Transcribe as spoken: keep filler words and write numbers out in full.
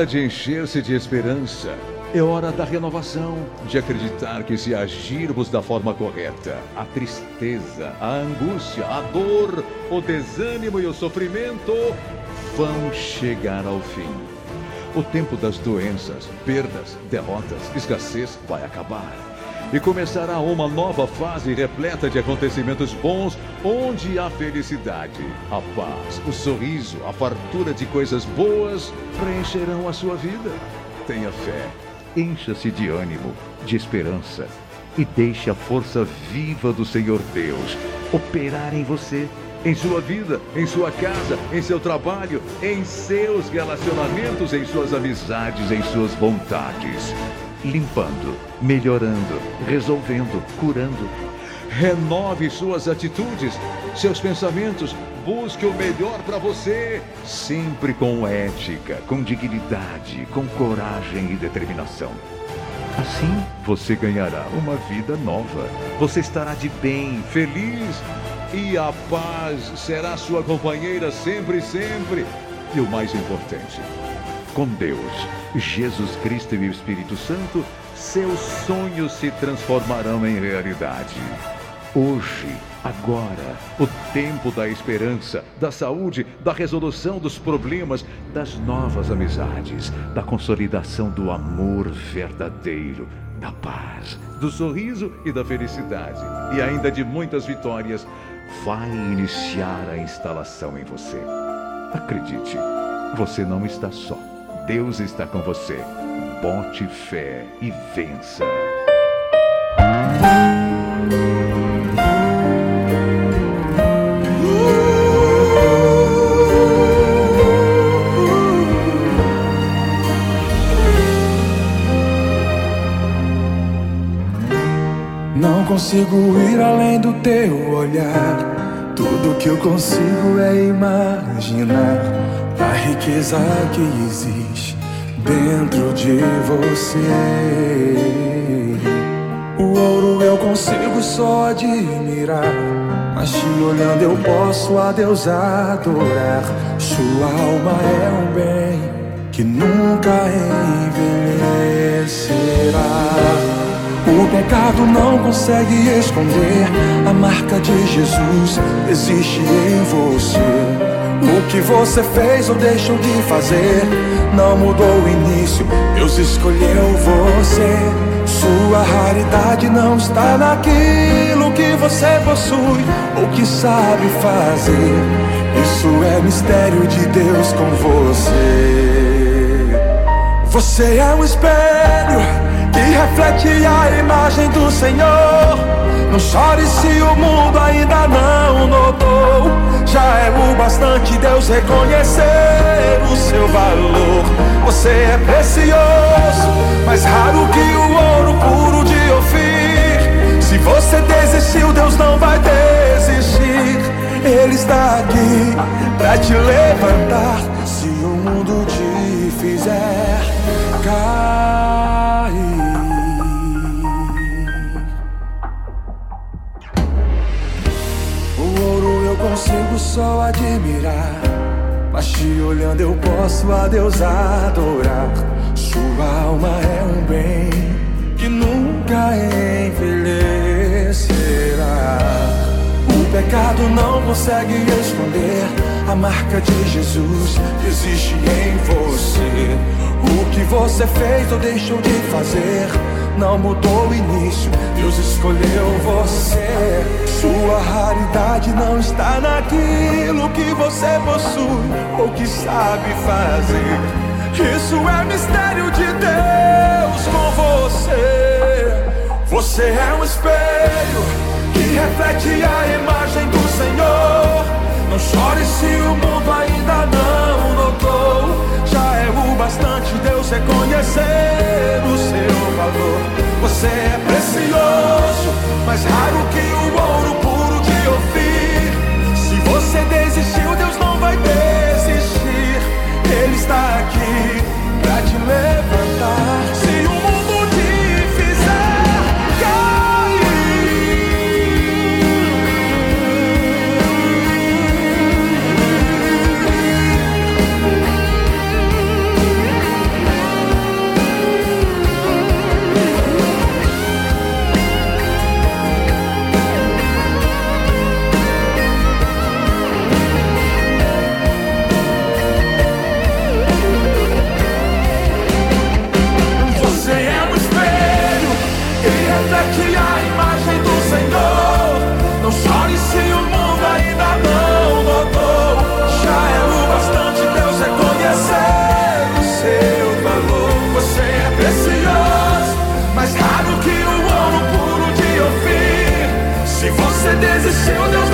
de encher-se de esperança. É hora da renovação, de acreditar que se agirmos da forma correta, a tristeza, a angústia, a dor, o desânimo e o sofrimento vão chegar ao fim. O tempo das doenças, perdas, derrotas, escassez vai acabar. E começará uma nova fase repleta de acontecimentos bons, onde a felicidade, a paz, o sorriso, a fartura de coisas boas preencherão a sua vida. Tenha fé, encha-se de ânimo, de esperança e deixe a força viva do Senhor Deus operar em você, em sua vida, em sua casa, em seu trabalho, em seus relacionamentos, em suas amizades, em suas vontades. Limpando, melhorando, resolvendo, curando. Renove suas atitudes, seus pensamentos, busque o melhor para você, sempre com ética, com dignidade, com coragem e determinação. Assim, você ganhará uma vida nova. Você estará de bem, feliz, e a paz será sua companheira sempre, sempre. E o mais importante, com Deus, Jesus Cristo e o Espírito Santo, seus sonhos se transformarão em realidade. Hoje, agora, o tempo da esperança, da saúde, da resolução dos problemas, das novas amizades, da consolidação do amor verdadeiro, da paz, do sorriso e da felicidade, e ainda de muitas vitórias, vai iniciar a instalação em você. Acredite, você não está só. Deus está com você. Bote fé e vença. Não consigo ir além do teu olhar. Tudo que eu consigo é imaginar a riqueza que existe dentro de você. O ouro eu consigo só admirar, mas te olhando eu posso a Deus adorar. Sua alma é um bem que nunca envelhecerá. O pecado não consegue esconder a marca de Jesus existe em você. O que você fez ou deixou de fazer não mudou o início, Deus escolheu você. Sua raridade não está naquilo que você possui ou que sabe fazer. Isso é mistério de Deus com você. Você é um espelho que reflete a imagem do Senhor. Não chore se o mundo ainda não notou. Já é o bastante Deus reconhecer o seu valor. Você é precioso, mais raro que o ouro puro de Ofir. Se você desistiu, Deus não vai desistir. Ele está aqui pra te levantar. Se o mundo te fizer cair, consigo só admirar, mas te olhando eu posso a Deus adorar. Sua alma é um bem que nunca envelhecerá. O pecado não consegue esconder a marca de Jesus existe em você. O que você fez ou deixou de fazer não mudou o início, Deus escolheu você. Sua raridade não está naquilo que você possui ou que sabe fazer. Isso é mistério de Deus com você. Você é um espelho que reflete a imagem do Senhor. Não chore se o mundo ainda não notou. Já é o bastante Deus reconhecer o seu valor. Você é precioso, mais raro que o ouro puro de Ofir. Se você desistiu, Deus não vai desistir. Ele está aqui pra te levantar. Se o mundo te fizer cair, desistiu, Deus